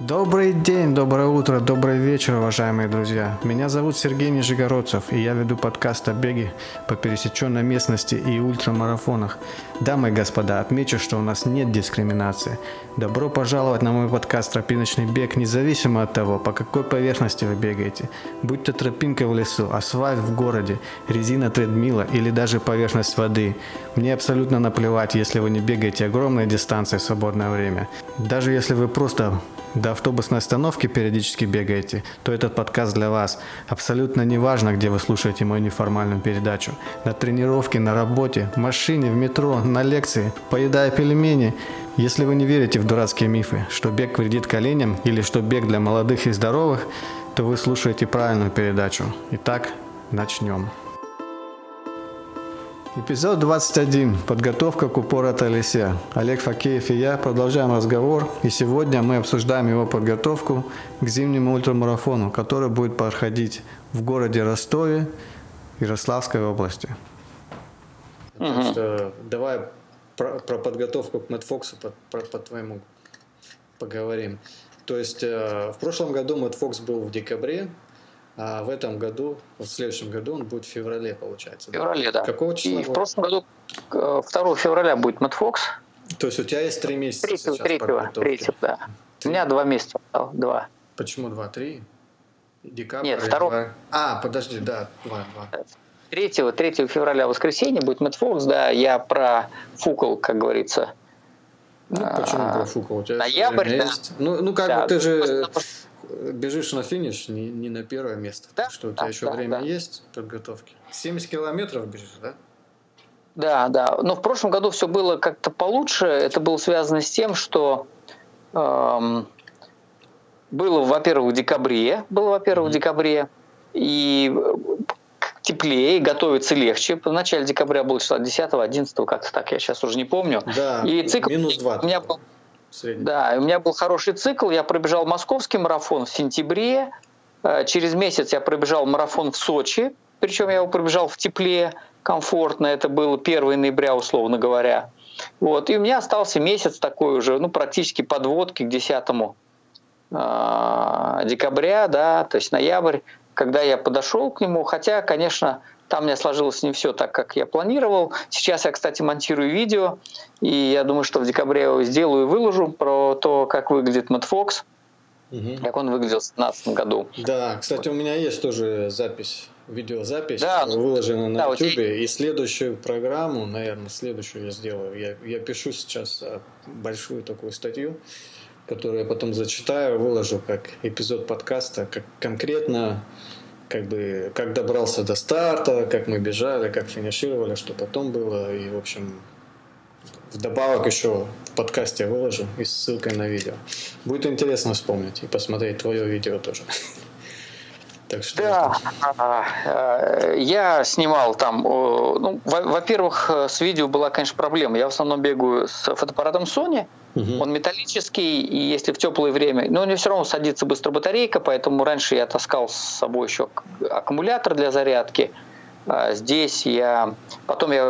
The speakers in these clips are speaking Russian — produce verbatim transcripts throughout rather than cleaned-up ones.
Добрый день, доброе утро, добрый вечер, уважаемые друзья. Меня зовут Сергей Нижегородцев, и я веду подкаст о беге по пересеченной местности и ультрамарафонах. Дамы и господа, отмечу, что у нас нет дискриминации. Добро пожаловать на мой подкаст «Тропиночный бег», независимо от того, по какой поверхности вы бегаете. Будь то тропинка в лесу, асфальт в городе, резина тредмила или даже поверхность воды. Мне абсолютно наплевать, если вы не бегаете огромные дистанции в свободное время. Даже если вы просто до автобусной остановки периодически бегаете, то этот подкаст для вас. Абсолютно не важно, где вы слушаете мою неформальную передачу. На тренировке, на работе, в машине, в метро, на лекции, поедая пельмени. Если вы не верите в дурацкие мифы, что бег вредит коленям или что бег для молодых и здоровых, то вы слушаете правильную передачу. Итак, начнем. Эпизод двадцать один. Подготовка к упоротой лесе. Олег Факеев и я продолжаем разговор, и сегодня мы обсуждаем его подготовку к зимнему ультрамарафону, который будет проходить в городе Ростове, Ярославской области. Угу. Так что давай про, про подготовку к Мэтт-Фоксу по, по, по твоему поговорим. То есть э, в прошлом году Мэтт-Фокс был в декабре, а в этом году, в следующем году он будет в феврале, получается. В феврале, да. Какого числа? И в прошлом году второго февраля будет Мэтт-Фокс. То есть у тебя есть три месяца третьего, сейчас третьего, третьего, да. Три. У меня два месяца, два. Почему два? Три? Декабрь? Нет, второго. А, подожди, да, два, два. Третьего, третьего февраля, воскресенье, будет Мэтт-Фокс, да, я профукал, как говорится. Ну, почему профукал? У тебя ноябрь, да. Есть. Ну, ну, как да. бы ты же бежишь на финиш, не, не на первое место. Да? Так что у тебя да, еще да, время да. есть подготовки. семьдесят километров бежишь, да? Да, да. Но в прошлом году все было как-то получше. Это было связано с тем, что эм, было, во-первых, в декабре, было, во-первых, mm-hmm. в декабре, и теплее, и готовиться легче. В начале декабря было числа десятого, одиннадцатого, как-то так, я сейчас уже не помню. Да, и цикл минус два. У меня был, да, у меня был хороший цикл. Я пробежал московский марафон в сентябре. Через месяц я пробежал марафон в Сочи. Причем я его пробежал в тепле, комфортно. Это было первого ноября, условно говоря. Вот. И у меня остался месяц такой уже, ну, практически подводки к десятому декабря, да, то есть ноябрь, когда я подошел к нему. Хотя, конечно, там у меня сложилось не все так, как я планировал. Сейчас я, кстати, монтирую видео, и я думаю, что в декабре я его сделаю и выложу про то, как выглядит Мэтт-Фокс, угу. как он выглядел в две тысячи семнадцатом году. Да, кстати, у меня есть тоже запись, видеозапись, да, выложена на да, YouTube, вот и следующую программу, наверное, следующую я сделаю. Я, я пишу сейчас большую такую статью, которую я потом зачитаю, выложу как эпизод подкаста, как конкретно, как бы, как добрался до старта, как мы бежали, как финишировали, что потом было, и, в общем, вдобавок еще в подкасте выложу и с ссылкой на видео. Будет интересно вспомнить и посмотреть твое видео тоже. Так что да, я снимал там, ну, во-первых, с видео была, конечно, проблема. Я в основном бегаю с фотоаппаратом Sony, угу. он металлический, и если в теплое время, но у него все равно садится быстро батарейка, поэтому раньше я таскал с собой еще аккумулятор для зарядки. Здесь я, потом я,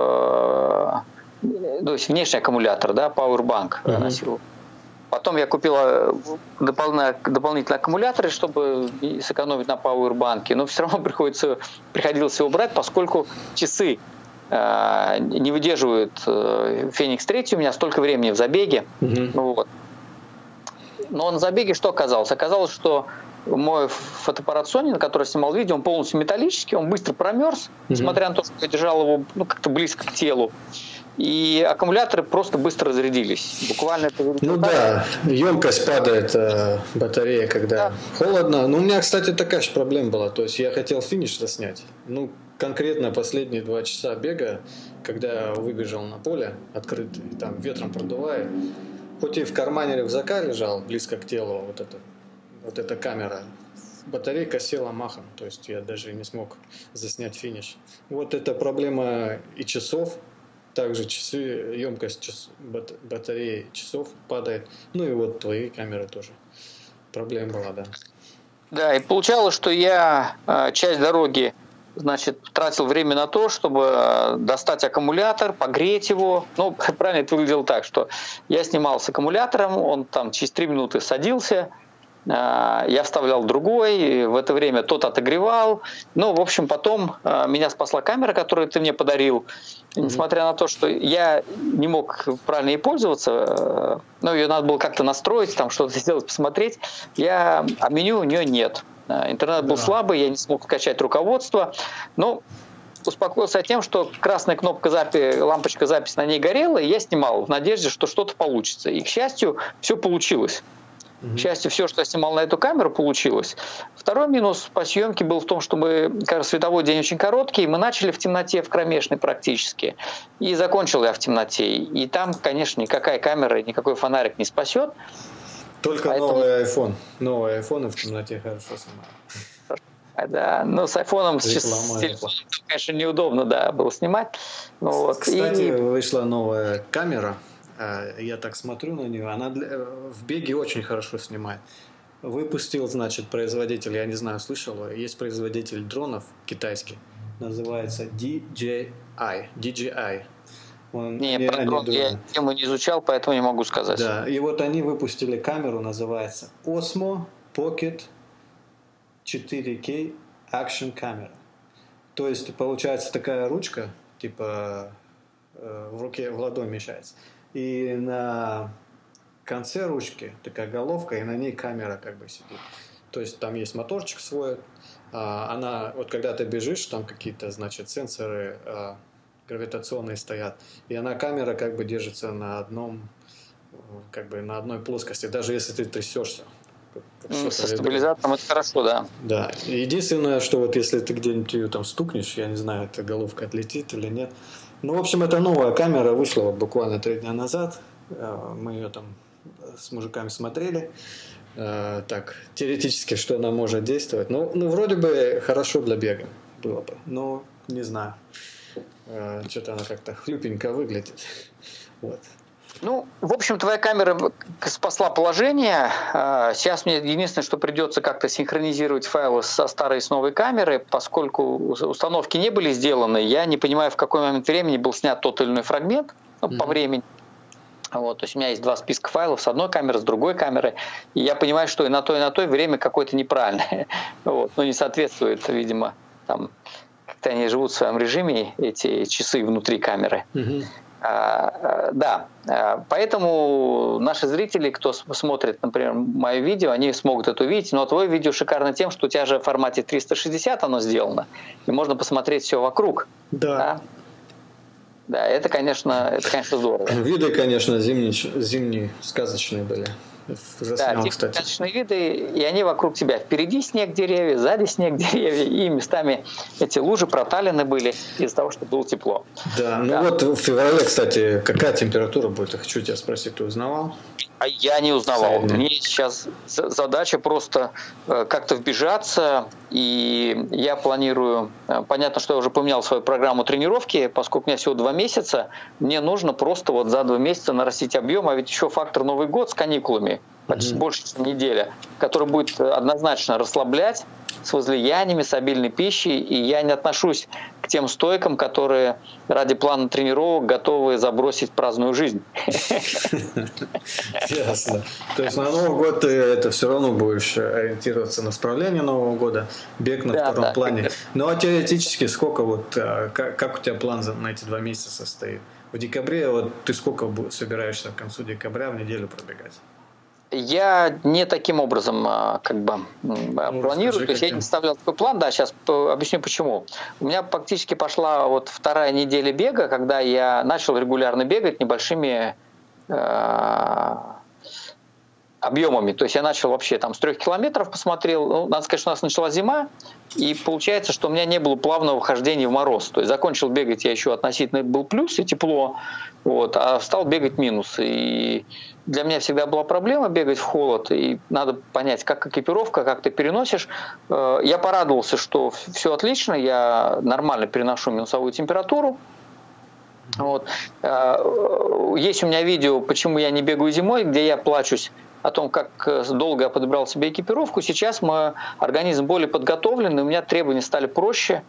то есть внешний аккумулятор, да, Powerbank угу. носил. Потом я купил дополнительные, дополнительные аккумуляторы, чтобы сэкономить на пауэрбанке. Но все равно приходится, приходилось его брать, поскольку часы э, не выдерживают э, Феникс три у меня столько времени в забеге. Mm-hmm. Вот. Но на забеге что оказалось? Оказалось, что мой фотоаппарат Sony, на который я снимал видео, он полностью металлический, он быстро промерз, mm-hmm. несмотря на то, что я держал его ну, как-то близко к телу. И аккумуляторы просто быстро разрядились. Буквально это... Ну да, емкость падает, батарея, когда да. холодно. Ну, у меня, кстати, такая же проблема была. То есть я хотел финиш заснять. Ну, конкретно последние два часа бега, когда я выбежал на поле открытый, там ветром продувает. Хоть и в кармане рюкзака лежал, близко к телу, вот эта, вот эта камера, батарейка села махом. То есть я даже не смог заснять финиш. Вот эта проблема и часов. Также часы, емкость час, батареи часов падает. Ну и вот твои камеры тоже. Проблема была, да. Да, и получалось, что я часть дороги значит, тратил время на то, чтобы достать аккумулятор, погреть его. Ну, правильно это выглядело так, что я снимал с аккумулятором, он там через три минуты садился, я вставлял другой, в это время тот отогревал. Ну, в общем, потом меня спасла камера, которую ты мне подарил. Несмотря на то, что я не мог правильно ей пользоваться, ну, ее надо было как-то настроить, там что-то сделать, посмотреть, я, а меню у нее нет. Интернет был да. слабый, я не смог скачать руководство, но успокоился тем, что красная кнопка записи, лампочка записи на ней горела, и я снимал в надежде, что что-то получится. И, к счастью, все получилось. К счастью, все, что я снимал на эту камеру, получилось. Второй минус по съемке был в том, что мы, кажется, световой день очень короткий, мы начали в темноте, в кромешной практически, и закончил я в темноте. И там, конечно, никакая камера, никакой фонарик не спасет. Только Поэтому... новый iPhone. Новый iPhone в темноте хорошо снимает. Да, ну с айфоном, с телефоном, конечно, неудобно, да, было снимать. Ну, вот. Кстати, и... вышла новая камера. Я так смотрю на нее, она для, в беге очень хорошо снимает. Выпустил, значит, производитель, я не знаю, слышал, есть производитель дронов китайский, называется ди джей ай. ди джей ай. Он, не, они, про дрон я тему не изучал, поэтому не могу сказать. Да, и вот они выпустили камеру, называется Osmo Pocket четыре кей Action Camera. То есть, получается такая ручка, типа в руке, в ладонь вмещается. И на конце ручки такая головка, и на ней камера как бы сидит. То есть там есть моторчик свой. Она, вот когда ты бежишь, там какие-то, значит, сенсоры гравитационные стоят. И она, камера как бы держится на одном, как бы на одной плоскости, даже если ты трясешься. Ну, со стабилизатором это хорошо, да. Да. Единственное, что вот если ты где-нибудь ее там стукнешь, я не знаю, эта головка отлетит или нет. Ну, в общем, это новая камера, вышла вот буквально три дня назад. Мы ее там с мужиками смотрели. Так, теоретически, что она может действовать. Ну, ну вроде бы хорошо для бега было бы. Но не знаю. Что-то она как-то хлюпенько выглядит. Вот. Ну, в общем, твоя камера спасла положение. Сейчас мне единственное, что придется как-то синхронизировать файлы со старой и с новой камеры, поскольку установки не были сделаны, я не понимаю, в какой момент времени был снят тот или иной фрагмент, ну, mm-hmm. по времени. Вот, то есть у меня есть два списка файлов с одной камеры, с другой камеры, и я понимаю, что и на той, и на той время какое-то неправильное. Вот, ну, не соответствует, видимо, там, как-то они живут в своем режиме, эти часы внутри камеры. Mm-hmm. А, да, поэтому наши зрители, кто смотрит, например, мое видео, они смогут это увидеть, но твое видео шикарно тем, что у тебя же в формате триста шестьдесят оно сделано, и можно посмотреть все вокруг. Да. Да, да это, конечно, это, конечно, здорово. Виды, конечно, зимние, зимние сказочные были. Заснял, да, кстати. Сказочные виды, и они вокруг тебя. Впереди снег, деревья, сзади снег, деревья, и местами эти лужи проталены были из-за того, что было тепло. Да, ну да. Вот в феврале, кстати, какая температура будет? Я хочу тебя спросить, ты узнавал? А я не узнавал. Средний. Мне сейчас задача просто как-то вбежаться, и я планирую... Понятно, что я уже поменял свою программу тренировки, поскольку у меня всего два месяца, мне нужно просто вот за два месяца нарастить объем, а ведь еще фактор Новый год с каникулами, почти mm-hmm. больше, чем неделя, который будет однозначно расслаблять с возлияниями, с обильной пищей, и я не отношусь к тем стойкам, которые ради плана тренировок готовы забросить праздную жизнь. Ясно. То есть на Новый год ты это все равно будешь ориентироваться на справление Нового года, бег на да, втором да, плане. Ну а теоретически сколько вот, как, как у тебя план на эти два месяца состоит? В декабре вот ты сколько собираешься к концу декабря в неделю пробегать? Я не таким образом как бы ну, планирую, скажи, то есть я не ставлял такой план, да, сейчас объясню почему. У меня практически пошла вот вторая неделя бега, когда я начал регулярно бегать небольшими э, объемами, то есть я начал вообще там с трех километров посмотрел, ну, надо сказать, что у нас начала зима, и получается, что у меня не было плавного вхождения в мороз, то есть закончил бегать я еще относительно был плюс и тепло, вот, а стал бегать минус, и для меня всегда была проблема бегать в холод, и надо понять, как экипировка, как ты переносишь. Я порадовался, что все отлично, я нормально переношу минусовую температуру. Вот. Есть у меня видео, почему я не бегаю зимой, где я плачусь о том, как долго я подобрал себе экипировку. Сейчас мой организм более подготовлен, и у меня требования стали проще.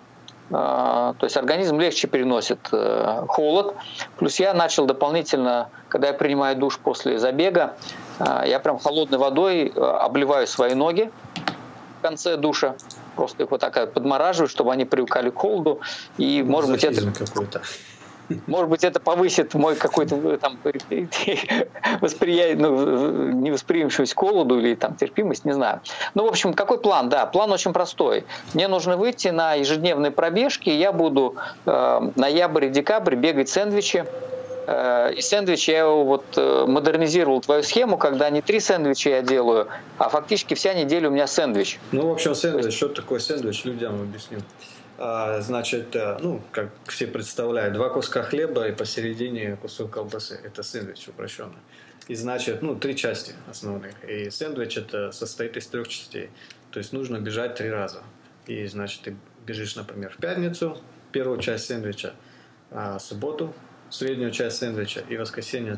то есть организм легче переносит холод. Плюс я начал дополнительно, когда я принимаю душ после забега, я прям холодной водой обливаю свои ноги в конце душа. Просто их вот так подмораживаю, чтобы они привыкали к холоду. И, ну, может быть, это... какой-то. Может быть, это повысит мой какой-то там восприятие, ну, невосприимчивость к холоду или там терпимость, не знаю. Ну, в общем, какой план? Да, план очень простой. Мне нужно выйти на ежедневные пробежки, я буду э, ноябрь-декабрь бегать сэндвичи. Э, и сэндвичи я вот э, модернизировал твою схему, когда не три сэндвича я делаю, а фактически вся неделя у меня сэндвич. Ну, в общем, сэндвич, есть... что такое сэндвич, людям объясню. Значит, ну, как все представляют, два куска хлеба и посередине кусок колбасы. Это сэндвич упрощенно. И значит, ну, три части основных. И сэндвич это состоит из трех частей. То есть нужно бежать три раза. И значит, ты бежишь, например, в пятницу, первую часть сэндвича, в субботу, среднюю часть сэндвича и в воскресенье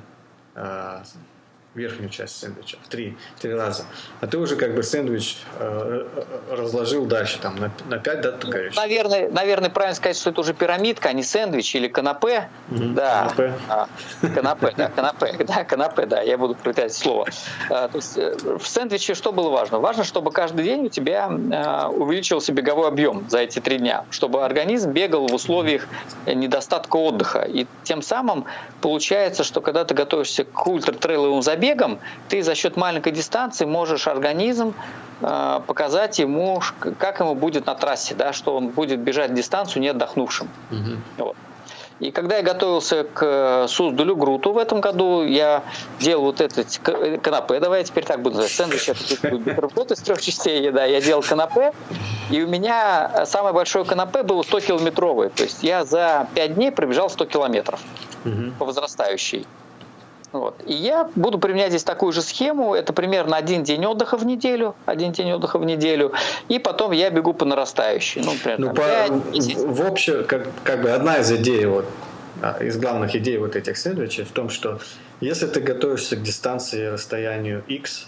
верхнюю часть сэндвича в три, три раза. А ты уже как бы сэндвич э, разложил дальше, там, на, на пять, да, ты говоришь? Наверное, наверное, правильно сказать, что это уже пирамидка, а не сэндвич или канапе. Mm-hmm. Да. Канапе. А, канапе, да, канапе, да, канапе, да, я буду проверять слово. А, то есть в сэндвиче что было важно? Важно, чтобы каждый день у тебя а, увеличивался беговой объем за эти три дня, чтобы организм бегал в условиях недостатка отдыха. И тем самым получается, что когда ты готовишься к ультратрейловым забегам, бегом, ты за счет маленькой дистанции можешь организм э, показать ему, как ему будет на трассе, да, что он будет бежать дистанцию не отдохнувшим. Mm-hmm. Вот. И когда я готовился к Суздалю Груту в этом году, я делал вот этот канапе, давай я теперь так буду называть, сэндвич, это бутерброд из трех частей, да, я делал канапе, и у меня самое большое канапе было сто километровое, то есть я за пять дней пробежал сто километров mm-hmm. по возрастающей. Вот. И я буду применять здесь такую же схему. Это примерно один день отдыха в неделю. Один день отдыха в неделю. И потом я бегу по нарастающей. Ну, например, ну, там, по, пять, в, в общем, как, как бы одна из идей, вот, из главных идей вот этих сэндвичей в том, что если ты готовишься к дистанции и расстоянию X,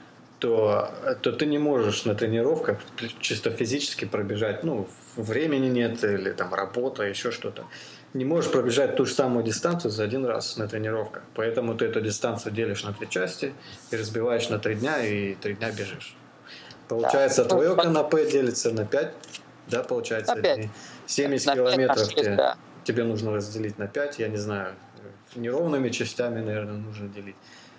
то, то ты не можешь на тренировках чисто физически пробежать. Ну, времени нет, или там работа, еще что-то. Не можешь пробежать ту же самую дистанцию за один раз на тренировках. Поэтому ты эту дистанцию делишь на три части и разбиваешь на три дня, и три дня бежишь. Получается, да. Твое канапе делится на пять, да, получается, на пять. семьдесят на километров пять, тебе, да. тебе нужно разделить на пять, я не знаю, неровными частями, наверное, нужно делить.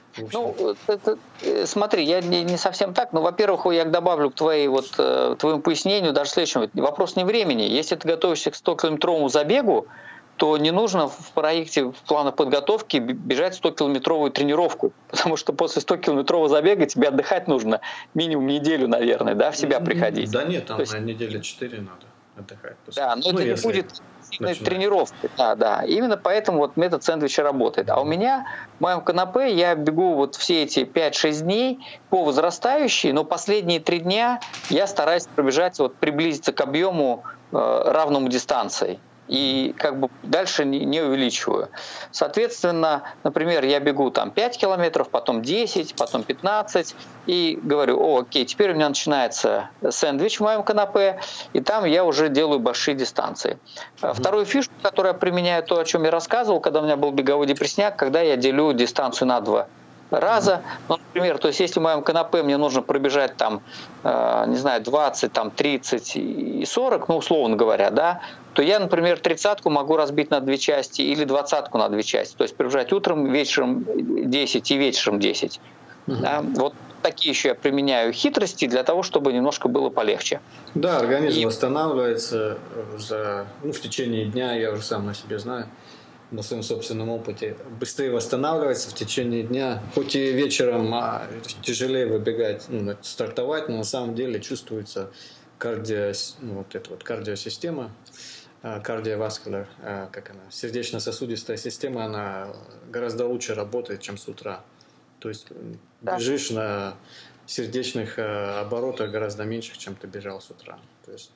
Ну, это, смотри, я не, не совсем так, но, во-первых, я добавлю к твоей, вот, твоему пояснению даже следующему. Вопрос не времени. Если ты готовишься к сто-километровому забегу, то не нужно в проекте, в планах подготовки бежать сто-километровую тренировку, потому что после сто-километрового забега тебе отдыхать нужно минимум неделю, наверное, да, в себя приходить. Да нет, там то есть, на неделе четыре надо отдыхать. После. Да, но ну, это не будет сильной тренировки. Да, да. Именно поэтому вот метод сэндвича работает. А у меня в моем канапе я бегу вот все эти пять-шесть дней по возрастающей, но последние три дня я стараюсь пробежать, вот, приблизиться к объему э, равному дистанции. И как бы дальше не, не увеличиваю. Соответственно, например, я бегу там пять километров, потом десять, потом пятнадцать, и говорю, о, окей, теперь у меня начинается сэндвич в моем канапе, и там я уже делаю большие дистанции. Mm-hmm. Вторую фишку, которую я применяю, то, о чем я рассказывал, когда у меня был беговой депрессняк, когда я делю дистанцию на два раза. Ну, например, то есть если в моем канапе мне нужно пробежать там, э, не знаю, двадцать, там, тридцать и сорок, ну, условно говоря, да, то я, например, тридцатку могу разбить на две части или двадцатку на две части. То есть пробежать утром, вечером десять и вечером десять. Mm-hmm. Да? Вот такие еще я применяю хитрости для того, чтобы немножко было полегче. Да, организм и... восстанавливается за, ну, в течение дня, я уже сам на себе знаю, на своем собственном опыте, быстрее восстанавливается в течение дня. Хоть и вечером а, тяжелее выбегать, ну, стартовать, но на самом деле чувствуется кардио, ну, вот эта вот кардиосистема, кардиоваскуляр, как она, сердечно-сосудистая система, она гораздо лучше работает, чем с утра. То есть да. бежишь на сердечных оборотах гораздо меньше, чем ты бежал с утра. То есть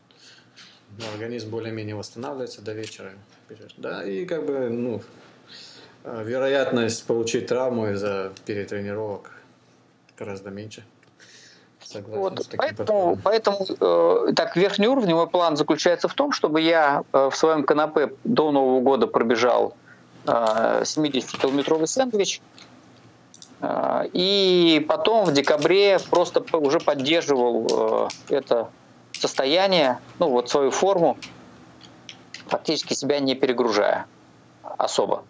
ну, организм более-менее восстанавливается до вечера. Да, и как бы, ну, вероятность получить травму из-за перетренировок гораздо меньше. Согласен Вот, с таким поэтому, подходом. поэтому э, так, верхний уровень, мой план заключается в том, чтобы я э, в своем канапе до Нового года пробежал э, семидесятикилометровый сэндвич, э, и потом в декабре просто п- уже поддерживал э, это состояние, ну вот свою форму, фактически себя не перегружая особо.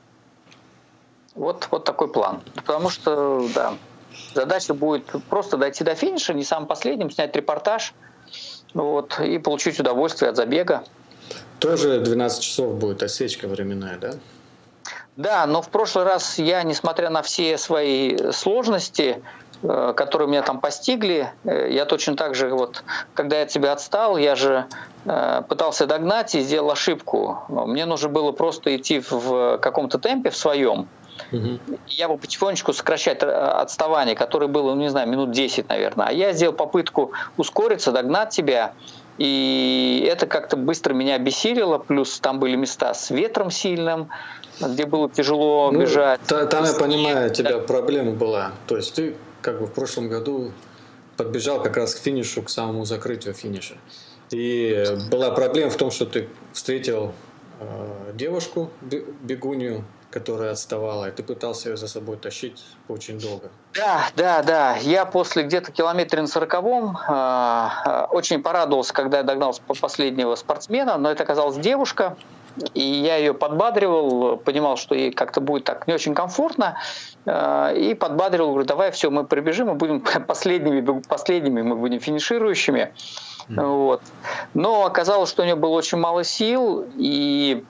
Вот, вот такой план. Потому что, да, задача будет просто дойти до финиша, не самым последним, снять репортаж, вот, и получить удовольствие от забега. Тоже двенадцать часов будет осечка временная, да? Да, но в прошлый раз я, несмотря на все свои сложности, э, которые меня там постигли, э, я точно так же, вот, когда я от тебя отстал, я же э, пытался догнать и сделал ошибку. Мне нужно было просто идти в каком-то темпе в своем. Угу. Я бы потихонечку сокращать отставание, которое было, ну, не знаю, минут десять, наверное. А я сделал попытку ускориться, догнать тебя. И это как-то быстро меня обессилило. Плюс там были места с ветром сильным, где было тяжело ну, бежать. Та, там, я понимаю, у тебя проблема была. То есть ты как бы в прошлом году подбежал как раз к финишу, к самому закрытию финиша. И была проблема в том, что ты встретил э, девушку, бегунью, которая отставала, и ты пытался ее за собой тащить очень долго. Да, да, да. Я после где-то километра на сороковом э, э, очень порадовался, когда я догнал последнего спортсмена, но это оказалась девушка, и я ее подбадривал, понимал, что ей как-то будет так не очень комфортно, э, и подбадривал, говорю, давай, все, мы пробежим, мы будем последними, последними мы будем финиширующими. Mm. Вот. Но оказалось, что у нее было очень мало сил, и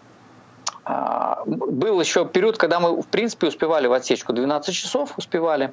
был еще период, когда мы, в принципе, успевали в отсечку, двенадцать часов успевали.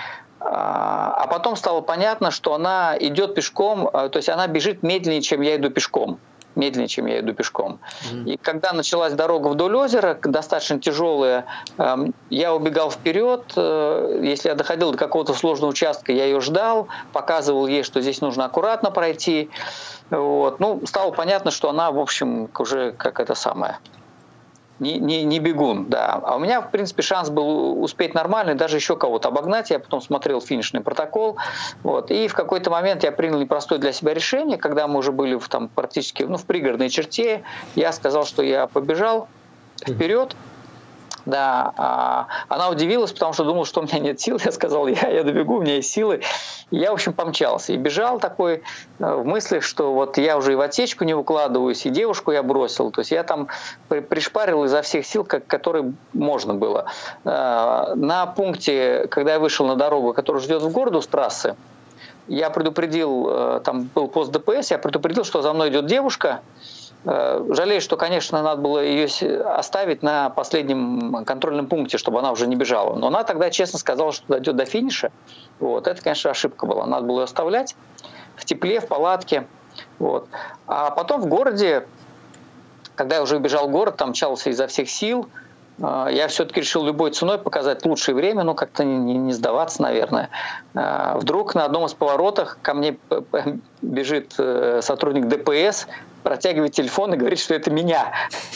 А потом стало понятно, что она идет пешком, то есть она бежит медленнее, чем я иду пешком. Медленнее, чем я иду пешком. Mm-hmm. И когда началась дорога вдоль озера, достаточно тяжелая, я убегал вперед. Если я доходил до какого-то сложного участка, я ее ждал, показывал ей, что здесь нужно аккуратно пройти. Вот. Ну, стало понятно, что она, в общем, уже как это самое... Не, не, не бегун, да. А у меня, в принципе, шанс был успеть нормально, даже еще кого-то обогнать. Я потом смотрел финишный протокол. Вот. И в какой-то момент я принял непростое для себя решение, когда мы уже были в, там, практически ну, в пригородной черте. Я сказал, что я побежал вперед. Да, а она удивилась, потому что думала, что у меня нет сил. Я сказал, я, я добегу, у меня есть силы. И я, в общем, помчался. И бежал такой в мыслях, что вот я уже и в отсечку не выкладываюсь, и девушку я бросил. То есть я там пришпарил изо всех сил, как, которые можно было. На пункте, когда я вышел на дорогу, которая ждет в городу с трассы, я предупредил, там был пост ДПС, я предупредил, что за мной идет девушка. Жалею, что, конечно, надо было ее оставить на последнем контрольном пункте, чтобы она уже не бежала. Но она тогда честно сказала, что дойдет до финиша. Вот. Это, конечно, ошибка была. Надо было ее оставлять в тепле, в палатке. Вот. А потом в городе, когда я уже бежал в город, там мчался изо всех сил, я все-таки решил любой ценой показать лучшее время, ну, как-то не, не сдаваться, наверное. Вдруг на одном из поворотов ко мне бежит сотрудник ДПС, протягивает телефон и говорит, что это меня.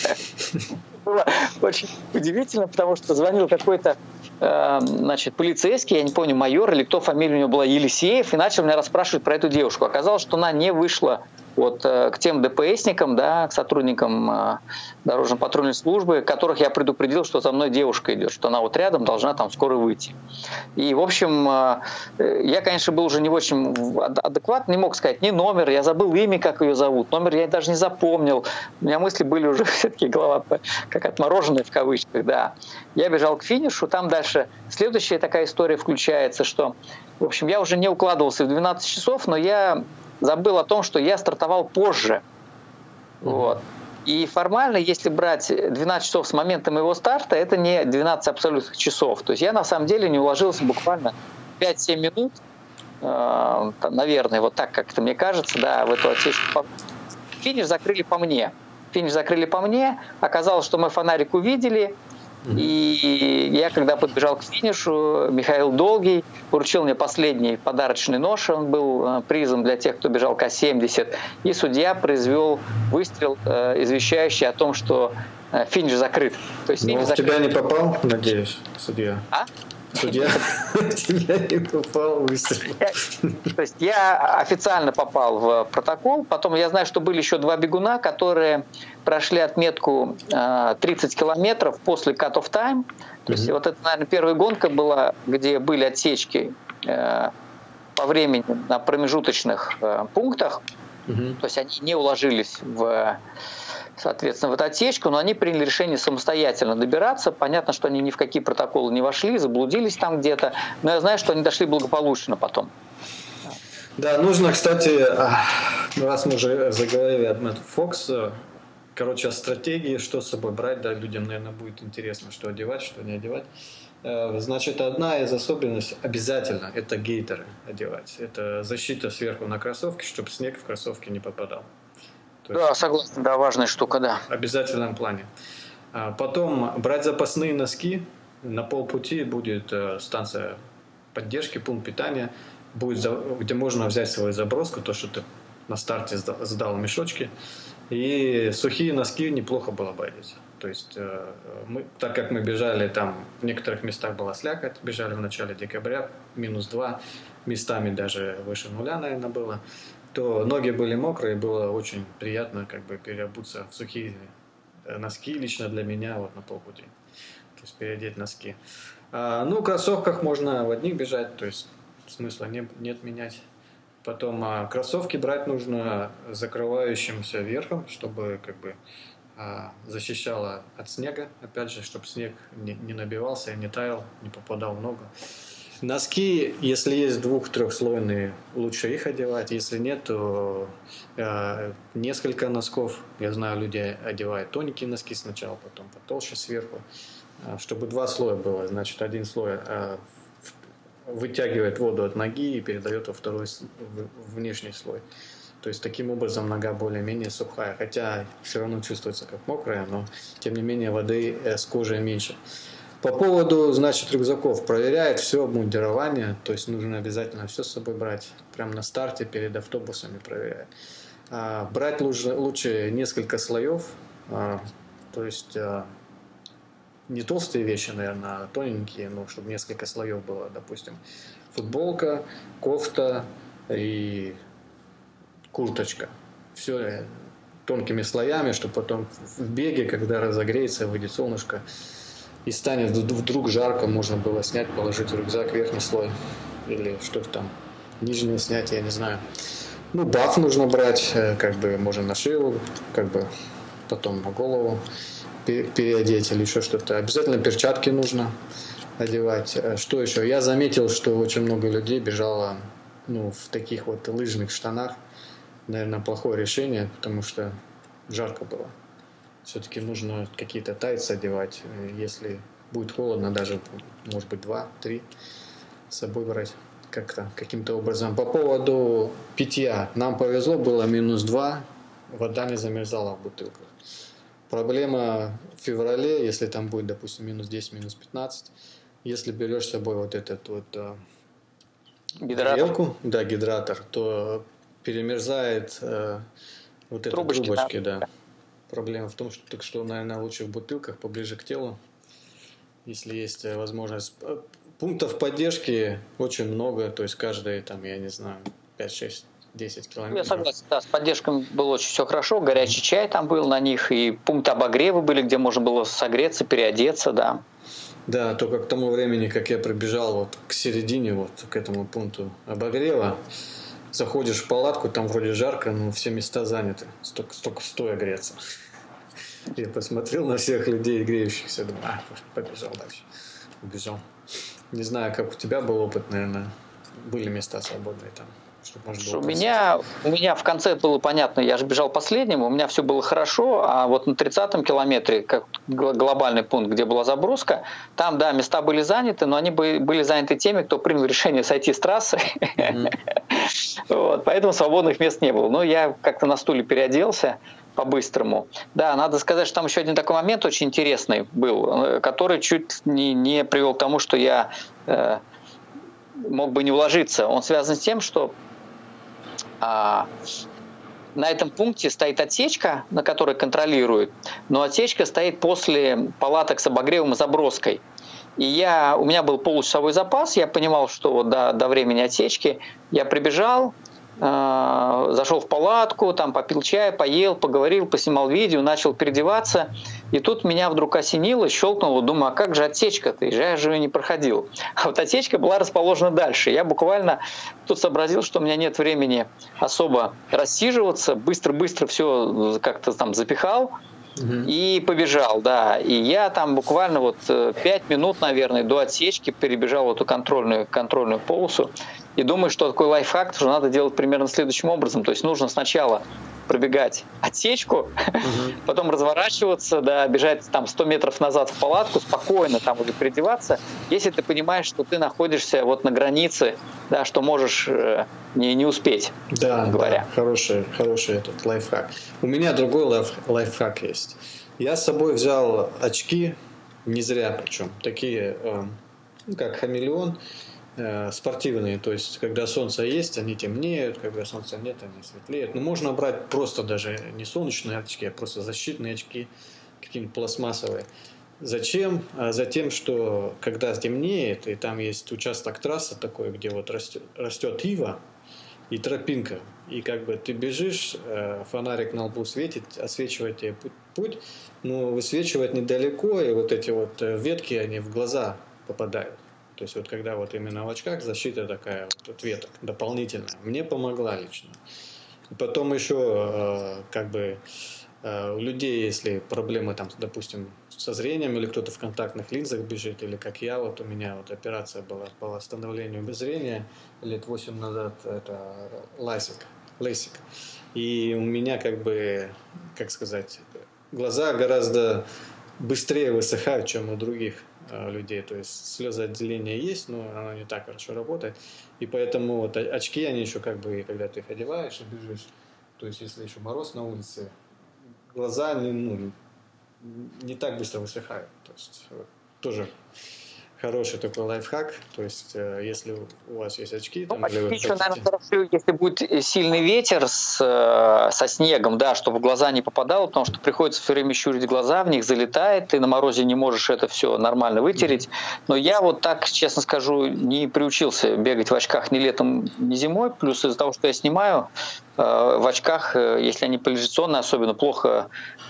Было очень удивительно, потому что звонил какой-то значит, полицейский, я не помню, майор или кто, фамилия у него была Елисеев, и начал меня расспрашивать про эту девушку. Оказалось, что она не вышла вот, к тем ДПСникам, да, к сотрудникам дорожно-патрульной службы, которых я предупредил, что за мной девушка идет, что она вот рядом должна там скоро выйти. И, в общем, я, конечно, был уже не очень адекватный, не мог сказать ни номер, я забыл имя, как ее зовут, номер я даже не запомнил. У меня мысли были уже все-таки голова как отмороженная в кавычках, да. Я бежал к финишу, там дальше следующая такая история включается, что, в общем, я уже не укладывался в двенадцать часов, но я забыл о том, что я стартовал позже. Вот. И формально, если брать двенадцать часов с момента моего старта, это не двенадцать абсолютных часов. То есть я на самом деле не уложился буквально пять-семь минут, э, наверное, вот так как-то мне кажется, да, в эту отсечку. Финиш закрыли по мне. Финиш закрыли по мне. Оказалось, что мы фонарик увидели. И я, когда подбежал к финишу, Михаил Долгий вручил мне последний подарочный нож, он был призом для тех, кто бежал К семьдесят, и судья произвел выстрел, извещающий о том, что финиш закрыт. То есть финиш Но в закрыт. тебя не попал, надеюсь, судья? А? Судья тебя не попал выстрел. То есть я официально попал в протокол. Потом я знаю, что были еще два бегуна, которые прошли отметку тридцать километров после cut-off time. То есть mm-hmm. вот это, наверное, первая гонка была, где были отсечки по времени на промежуточных пунктах. Mm-hmm. То есть они не уложились в... соответственно, в эту отсечку, но они приняли решение самостоятельно добираться. Понятно, что они ни в какие протоколы не вошли, заблудились там где-то, но я знаю, что они дошли благополучно потом. Да, нужно, кстати, раз мы уже заговорили об Мэтт Фокс, короче, о стратегии, что с собой брать, да, людям, наверное, будет интересно, что одевать, что не одевать. Значит, одна из особенностей обязательно – это гейтеры одевать. Это защита сверху на кроссовки, чтобы снег в кроссовки не попадал. Да, согласен, да, важная штука, да. В обязательном плане. Потом брать запасные носки. На полпути будет станция поддержки, пункт питания, будет, где можно взять свою заброску, то, что ты на старте сдал мешочки. И сухие носки неплохо было бы одеть. То есть, мы, так как мы бежали, там в некоторых местах была слякоть, бежали в начале декабря, минус два, местами даже выше нуля, наверное, было, то ноги были мокрые, было очень приятно как бы переобуться в сухие носки лично для меня вот на полпути. То есть переодеть носки. А, ну, в кроссовках можно в одних бежать, то есть смысла не, нет менять. Потом а, кроссовки брать нужно закрывающимся верхом, чтобы как бы а, защищало от снега, опять же, чтобы снег не, не набивался, не таял, не попадал в ногу. Носки, если есть двух-трехслойные, лучше их одевать. Если нет, то э, несколько носков. Я знаю, люди одевают тоненькие носки сначала, потом потолще сверху. Э, чтобы два слоя было. Значит, один слой э, вытягивает воду от ноги и передает во второй в внешний слой. То есть таким образом нога более-менее сухая. Хотя все равно чувствуется как мокрая, но тем не менее воды э, с кожей меньше. По поводу, значит, рюкзаков. Проверяет все обмундирование, то есть нужно обязательно все с собой брать. Прямо на старте, перед автобусами проверяет. А, брать лучше, лучше несколько слоев, а, то есть а, не толстые вещи, наверное, а тоненькие, но чтобы несколько слоев было, допустим, футболка, кофта и курточка. Все тонкими слоями, чтобы потом в беге, когда разогреется, выйдет солнышко, и станет вдруг жарко, можно было снять, положить в рюкзак верхний слой или что-то там нижнее снять, я не знаю. Ну, баф нужно брать, как бы можно на шею, как бы потом на голову переодеть или еще что-то. Обязательно перчатки нужно одевать. Что еще? Я заметил, что очень много людей бежало, ну, в таких вот лыжных штанах. Наверное, плохое решение, потому что жарко было. Все-таки нужно какие-то тайцы одевать. Если будет холодно, даже, может быть, два-три с собой брать как-то, каким-то образом. По поводу питья. Нам повезло, было минус два, вода не замерзала в бутылках. Проблема в феврале, если там будет, допустим, минус десять, минус пятнадцать, если берешь с собой вот этот вот гидратор, да, гидратор, то перемерзает э, вот эти трубочки, трубочки да. да. Проблема в том, что, так что, наверное, лучше в бутылках, поближе к телу, если есть возможность. Пунктов поддержки очень много, то есть каждый, там, я не знаю, пять, шесть, десять километров. Я согласен, да, с поддержкой было очень все хорошо, горячий чай там был на них, и пункты обогрева были, где можно было согреться, переодеться, да. Да, только к тому времени, как я пробежал вот к середине, вот к этому пункту обогрева, заходишь в палатку, там вроде жарко, но все места заняты. Столько, столько стоя греться. Я посмотрел на всех людей, греющихся, думаю, а, побежал дальше. Убежал. Не знаю, как у тебя был опыт, наверное, были места свободные там, чтобы можно было у меня, у меня в конце было понятно, я же бежал последним, у меня все было хорошо, а вот на тридцатом километре, как глобальный пункт, где была заброска, там, да, места были заняты, но они были заняты теми, кто принял решение сойти с трассы. Mm-hmm. Вот, поэтому свободных мест не было. Но я как-то на стуле переоделся по-быстрому. Да, надо сказать, что там еще один такой момент очень интересный был, который чуть не, не привел к тому, что я э, мог бы не уложиться. Он связан с тем, что а, на этом пункте стоит отсечка, на которой контролируют, но отсечка стоит после палаток с обогревом и заброской. И я, у меня был получасовой запас, я понимал, что до, до времени отсечки я прибежал, э, зашел в палатку, там попил чай, поел, поговорил, поснимал видео, начал переодеваться. И тут меня вдруг осенило, щелкнуло, думаю, а как же отсечка-то? Я же ее не проходил. А вот отсечка была расположена дальше. Я буквально тут сообразил, что у меня нет времени особо рассиживаться, быстро-быстро все как-то там запихал. И побежал, да. И я там буквально вот пять минут, наверное, до отсечки перебежал эту контрольную, контрольную полосу. И думаю, что такой лайфхак, что надо делать примерно следующим образом. То есть нужно сначала пробегать отсечку, угу. потом разворачиваться, да, бежать там сто метров назад в палатку, спокойно там уже переодеваться. Если ты понимаешь, что ты находишься вот на границе, да, что можешь э, не, не успеть, да, говоря. Да, хороший, хороший этот лайфхак. У меня другой лайф, лайфхак есть. Я с собой взял очки, не зря причем, такие, э, как хамелеон, спортивные, то есть когда солнце есть, они темнеют, когда солнца нет, они светлеют. Но можно брать просто даже не солнечные очки, а просто защитные очки, какие-нибудь пластмассовые. Зачем? А затем, что когда темнеет, и там есть участок трассы такой, где вот растет, растет ива и тропинка, и как бы ты бежишь, фонарик на лбу светит, освечивает тебе путь, но высвечивает недалеко, и вот эти вот ветки, они в глаза попадают. То есть вот когда вот именно в очках защита такая вот от веток дополнительная, мне помогла лично. И потом еще э, как бы э, у людей, если проблемы там, допустим, со зрением, или кто-то в контактных линзах бежит, или как я, вот у меня вот операция была по восстановлению зрения лет восемь назад, это ласик, лейсик. И у меня как бы, как сказать, глаза гораздо быстрее высыхают, чем у других людей, то есть слезоотделение есть, но оно не так хорошо работает, и поэтому вот очки, они еще как бы, когда ты их одеваешь и бежишь, то есть если еще мороз на улице, глаза не, ну, не так быстро высыхают, то есть вот, тоже хороший такой лайфхак, то есть если у вас есть очки, там, ну, или вы очки хотите... еще, наверное, хорошо, если будет сильный ветер с, со снегом, да, чтобы в глаза не попадало, потому что приходится все время щурить глаза, в них залетает, ты на морозе не можешь это все нормально вытереть. Но я вот так, честно скажу, не приучился бегать в очках ни летом, ни зимой, плюс из-за того, что я снимаю, в очках, если они поляризационные, особенно плохо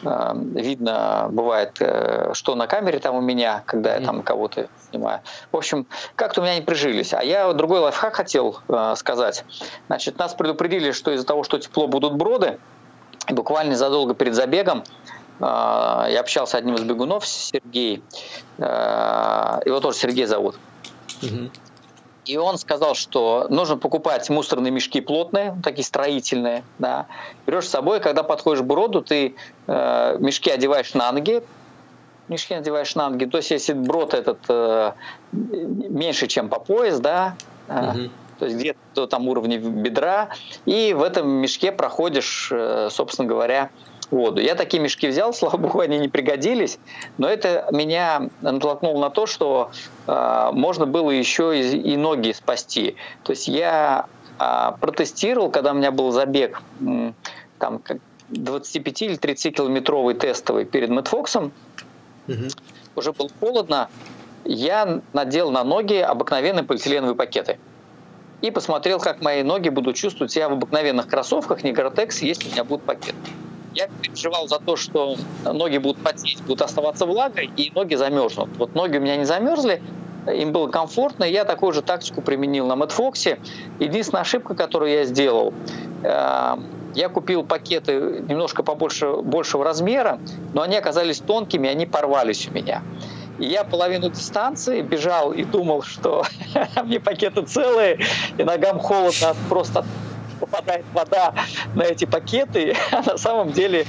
видно бывает, что на камере там у меня, когда я там кого-то снимаю. В общем, как-то у меня не прижились. А я другой лайфхак хотел сказать. Значит, нас предупредили, что из-за того, что тепло, будут броды. И буквально задолго перед забегом я общался с одним из бегунов, Сергей. Его тоже Сергей зовут. И он сказал, что нужно покупать мусорные мешки плотные, такие строительные. Да. Берешь с собой, когда подходишь к броду, ты э, мешки одеваешь на ноги, мешки надеваешь на ноги. То есть, если брод этот э, меньше, чем по пояс, да, э, угу. то есть где-то там уровне бедра, и в этом мешке проходишь, э, собственно говоря, воду. Я такие мешки взял, слава богу, они не пригодились, но это меня натолкнуло на то, что э, можно было еще и, и ноги спасти. То есть я э, протестировал, когда у меня был забег э, там, двадцать пять или тридцать километровый тестовый перед Мэтфоксом, угу. уже было холодно, я надел на ноги обыкновенные полиэтиленовые пакеты. И посмотрел, как мои ноги будут чувствовать себя в обыкновенных кроссовках, не Гортекс, если у меня будет пакет. Я переживал за то, что ноги будут потеть, будут оставаться влагой, и ноги замерзнут. Вот ноги у меня не замерзли, им было комфортно, и я такую же тактику применил на Мэтфоксе. Единственная ошибка, которую я сделал, я купил пакеты немножко побольше, большего размера, но они оказались тонкими, они порвались у меня. И я половину дистанции бежал и думал, что мне пакеты целые, и ногам холодно просто попадает вода на эти пакеты, а на самом деле...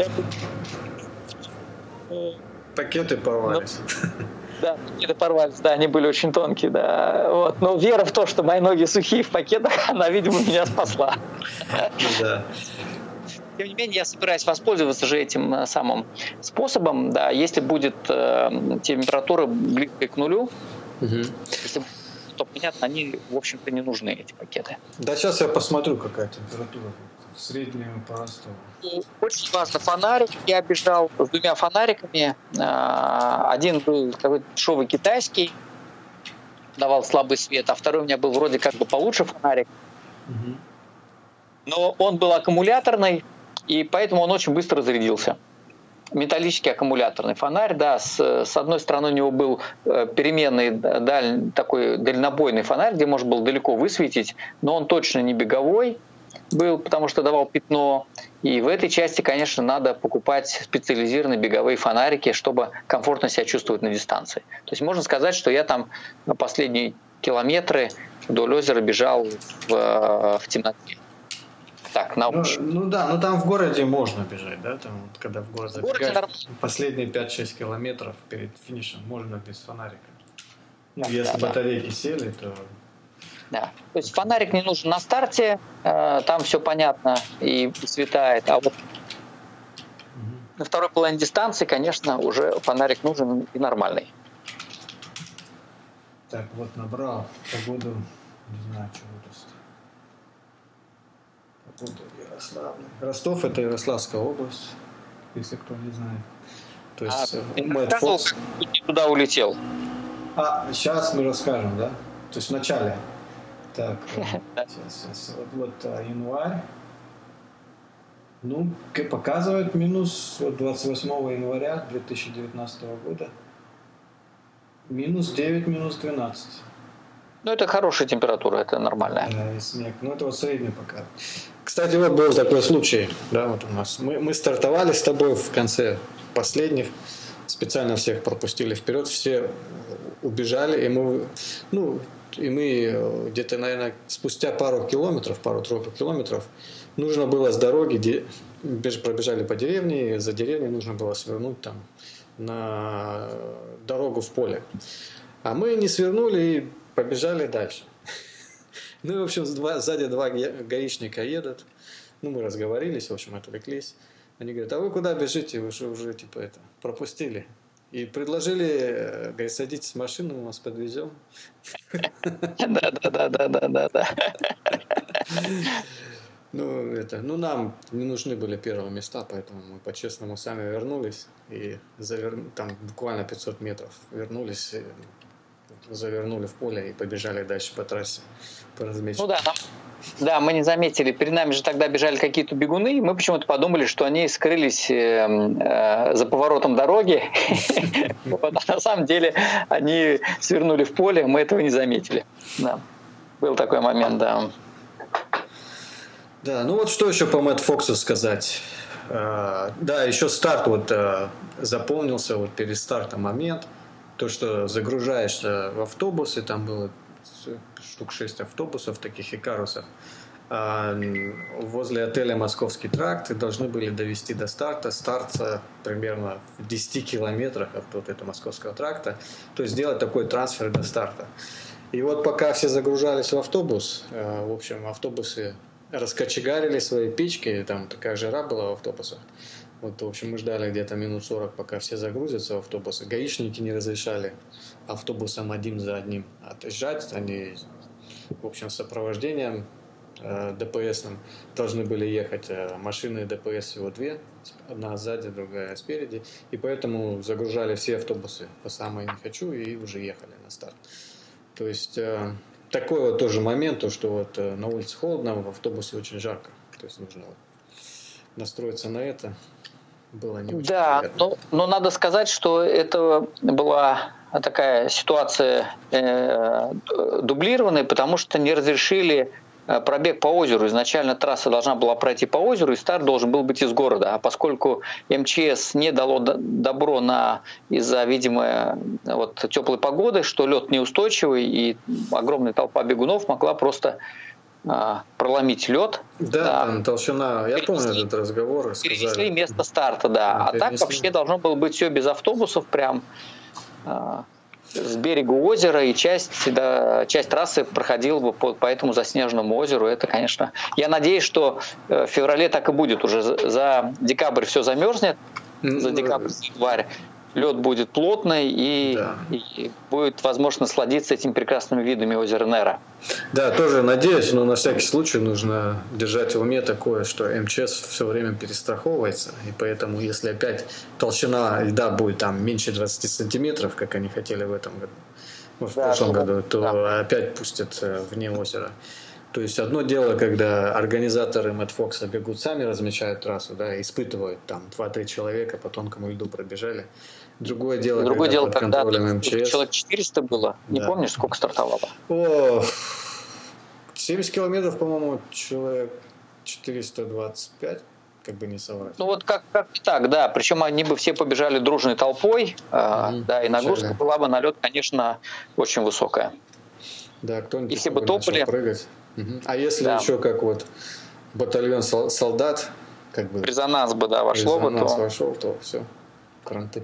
Пакеты порвались. Ну, да, пакеты порвались, да, они были очень тонкие, да. Вот. Но вера в то, что мои ноги сухие в пакетах, она, видимо, меня спасла. Да. Тем не менее, я собираюсь воспользоваться же этим самым способом, да, если будет э, температура близкая к нулю, угу. если то понятно, они, в общем-то, не нужны, эти пакеты. Да, сейчас я посмотрю, какая температура. среднюю по Ростову. Очень важно фонарик. Я бежал с двумя фонариками. Один был какой-то дешевый китайский, давал слабый свет, а второй у меня был вроде как бы получше фонарик. Угу. Но он был аккумуляторный, и поэтому он очень быстро зарядился. Металлический аккумуляторный фонарь, да, с, с одной стороны у него был переменный даль, такой дальнобойный фонарь, где можно было далеко высветить, но он точно не беговой был, потому что давал пятно. И в этой части, конечно, надо покупать специализированные беговые фонарики, чтобы комфортно себя чувствовать на дистанции. То есть можно сказать, что я там на последние километры вдоль озера бежал в, в темноте. Так, на ну, ну да, ну там в городе можно бежать, да, там вот, когда в город забегаешь, последние пять-шесть километров перед финишем можно без фонарика. Ну, да, если да, батарейки да. сели, то... Да, то есть фонарик не нужен на старте, э, там все понятно и светает, а вот угу. на второй половине дистанции, конечно, уже фонарик нужен и нормальный. Так, вот набрал погоду, не знаю, что выдаст. Ярославль. Ростов — это Ярославская область, если кто не знает. То есть а, Мэтт Фокс туда улетел. А, сейчас мы расскажем, да? То есть в начале. Так, сейчас, сейчас. Вот, вот январь. Ну, показывает минус вот двадцать восьмого января две тысячи девятнадцатого года. Минус девять, минус двенадцать. Ну, это хорошая температура, это нормальная. Да, и снег. Ну, это вот средний пока. Кстати, вот был такой случай, да, вот у нас. Мы, мы стартовали с тобой в конце последних, специально всех пропустили вперед, все убежали, и мы, ну, и мы где-то, наверное, спустя пару километров, пару-тройку километров, нужно было с дороги, пробежали по деревне, и за деревней нужно было свернуть там на дорогу в поле. А мы не свернули и побежали дальше. Ну, и, в общем, сзади два гаишника едут. Ну, мы разговорились, в общем, отвлеклись. Они говорят, а вы куда бежите? Вы же уже, типа, это, пропустили. И предложили, говорит, садитесь в машину, мы вас подвезем. Да-да-да-да-да-да. Ну, это, ну, нам не нужны были первые места, поэтому мы по-честному сами вернулись. И завер... там буквально пятьсот метров вернулись, завернули в поле и побежали дальше по трассе. По ну да, да, мы не заметили. Перед нами же тогда бежали какие-то бегуны, и мы почему-то подумали, что они скрылись э, э, за поворотом дороги. А на самом деле они свернули в поле, мы этого не заметили. Был такой момент, да. Да, ну вот что еще по Мэтт Фоксу сказать. Uh, да, еще старт вот uh, запомнился, вот перед стартом момент. То, что загружаешься в автобусы, там было штук шесть автобусов, таких икарусов. Uh, возле отеля «Московский тракт» и должны были довести до старта. Старт примерно в десяти километрах от вот этого Московского тракта. То есть сделать такой трансфер до старта. И вот пока все загружались в автобус, uh, в общем, автобусы раскочегарили свои печки, там такая жара была в автобусах. Вот, в общем, мы ждали где-то минут сорок, пока все загрузятся в автобусы. Гаишники не разрешали автобусам один за одним отъезжать. Они, в общем, с сопровождением э, ДПСным должны были ехать. Э, машины ДПС всего две, одна сзади, другая спереди. И поэтому загружали все автобусы по самой не хочу и уже ехали на старт. То есть... Э, Такой вот тоже момент, то, что вот на улице холодно, в автобусе очень жарко. То есть нужно вот настроиться на это. Было не очень да, приятно. но, но надо сказать, что это была такая ситуация э, дублированная, потому что не разрешили пробег по озеру. Изначально трасса должна была пройти по озеру, и старт должен был быть из города. А поскольку МЧС не дало добро на из-за, видимо, вот, теплой погоды, что лед неустойчивый, и огромная толпа бегунов могла просто а, проломить лед. Да, да, там толщина, я помню этот разговор. Перенесли место старта, да. да а перенесли. Так вообще должно было быть все без автобусов, прям... А, с берега озера, и часть, да, часть трассы проходила бы по, по этому заснеженному озеру. Это, конечно... Я надеюсь, что в феврале так и будет. Уже за, за декабрь все замерзнет, за декабрь, январь. лед будет плотный и, да. и будет возможно насладиться этими прекрасными видами озера Нера. Да, тоже надеюсь, но на всякий случай нужно держать в уме такое, что эм че эс все время перестраховывается, и поэтому если опять толщина льда будет там меньше двадцати сантиметров, как они хотели в этом году, в да, прошлом да, году, то да. опять пустят вне озера. То есть одно дело, когда организаторы Mad Fox бегут сами, размечают трассу, да, испытывают там два-три человека по тонкому льду пробежали. Другое дело, Другое когда дело, под когда контролем эм че эс. Человек четыреста было, не да. помнишь, сколько стартовало? О, семьдесят километров, по-моему, человек четыреста двадцать пять, как бы не соврать. Ну вот как, как так, да. Причем они бы все побежали дружной толпой, mm-hmm. да, и нагрузка Чали. была бы на лед, конечно, очень высокая. Да, кто-нибудь если бы топали, прыгать. Угу. А если да. еще как вот батальон солдат, как бы резонанс бы, да, вошло бы, то... вошел, то все, кранты.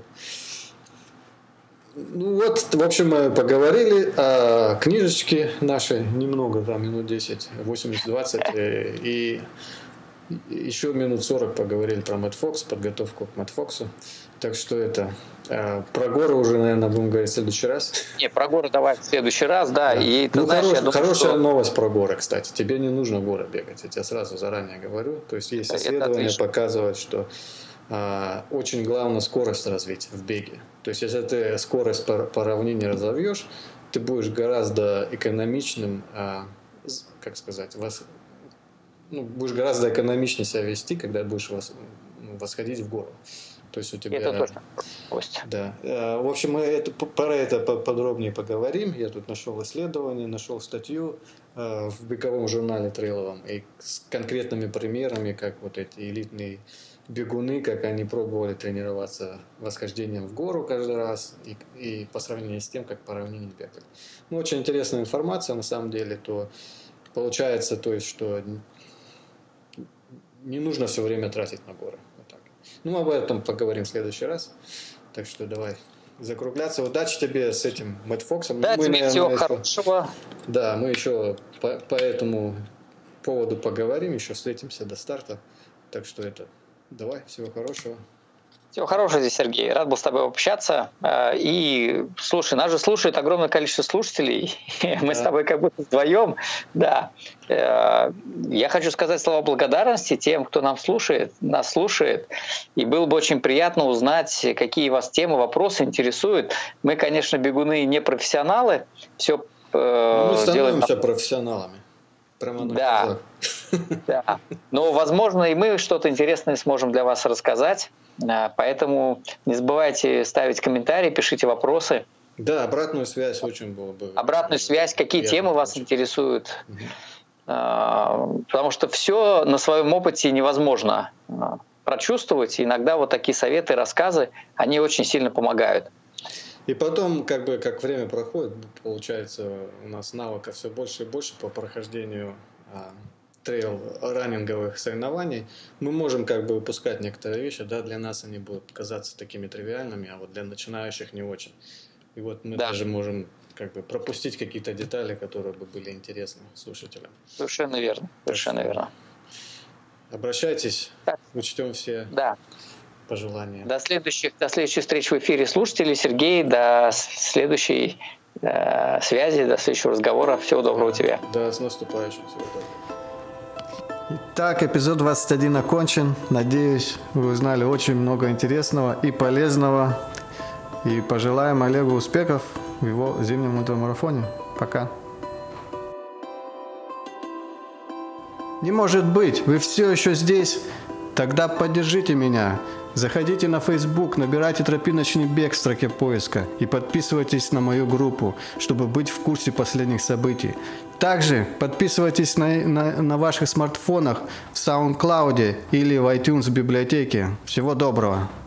Ну вот, в общем, мы поговорили о книжечке нашей, немного, да, минут десять, восемьдесят-двадцать, и еще минут сорок поговорили про Mad Fox, подготовку к Mad Fox. Так что это, про горы уже, наверное, будем говорить в следующий раз. Не, про горы давай в следующий раз, да. да. И, ты ну, знаешь, хорош, я думаю, хорошая что... новость про горы, кстати. Тебе не нужно горы бегать, я тебе сразу заранее говорю. То есть есть исследования, показывают, что а, очень главная скорость развития в беге. То есть если ты скорость по, по равнине разовьешь, ты будешь гораздо экономичным, а, как сказать, вас, ну, будешь гораздо экономичнее себя вести, когда будешь вос, восходить в гору. То есть у тебя... Это точно. Да. В общем, мы это, про это подробнее поговорим. Я тут нашел исследование, нашел статью в беговом журнале трейловом и с конкретными примерами, как вот эти элитные бегуны, как они пробовали тренироваться восхождением в гору каждый раз и, и по сравнению с тем, как по равнине бегали. Ну, очень интересная информация, на самом деле, то получается, то есть, что не нужно все время тратить на горы. Ну, мы об этом поговорим в следующий раз. Так что давай закругляться. Удачи тебе с этим Mad Fox. Да, мы, тебе наверное, всего еще... хорошего. Да, мы еще по, по этому поводу поговорим, еще встретимся до старта. Так что это, давай, всего хорошего. Всего хорошего здесь, Сергей. Рад был с тобой общаться. И, слушай, нас же слушает огромное количество слушателей. Мы да. с тобой как будто вдвоем. Да. Я хочу сказать слова благодарности тем, кто нам слушает, нас слушает. И было бы очень приятно узнать, какие вас темы, вопросы интересуют. Мы, конечно, бегуны не профессионалы. Все мы становимся делаем... профессионалами. Прямо на да. да. Но, возможно, и мы что-то интересное сможем для вас рассказать. Поэтому не забывайте ставить комментарии, пишите вопросы. Да, обратную связь очень было бы. Обратную связь, какие темы вас очень интересуют. Угу. Потому что все на своем опыте невозможно прочувствовать. Иногда вот такие советы, рассказы, они очень сильно помогают. И потом, как бы, как время проходит, получается, у нас навыков все больше и больше по прохождению а, трейл-раннинговых соревнований. Мы можем как бы упускать некоторые вещи, да, для нас они будут казаться такими тривиальными, а вот для начинающих не очень. И вот мы да. даже можем как бы пропустить какие-то детали, которые бы были интересны слушателям. Совершенно верно, совершенно верно. Обращайтесь, так. учтем все. Да. Пожелания. До следующих, до следующих встреч в эфире, слушатели. Сергей, до следующей э, связи, до следующего разговора. Всего доброго да, тебе. Да, с наступающим. Всего доброго. Итак, эпизод двадцать один окончен. Надеюсь, вы узнали очень много интересного и полезного. И пожелаем Олегу успехов в его зимнем ультрамарафоне. Пока. Не может быть, вы все еще здесь? Тогда поддержите меня. Заходите на Facebook, набирайте «Тропиночный бег» в строке поиска и подписывайтесь на мою группу, чтобы быть в курсе последних событий. Также подписывайтесь на, на, на ваших смартфонах в SoundCloud или в iTunes библиотеке. Всего доброго!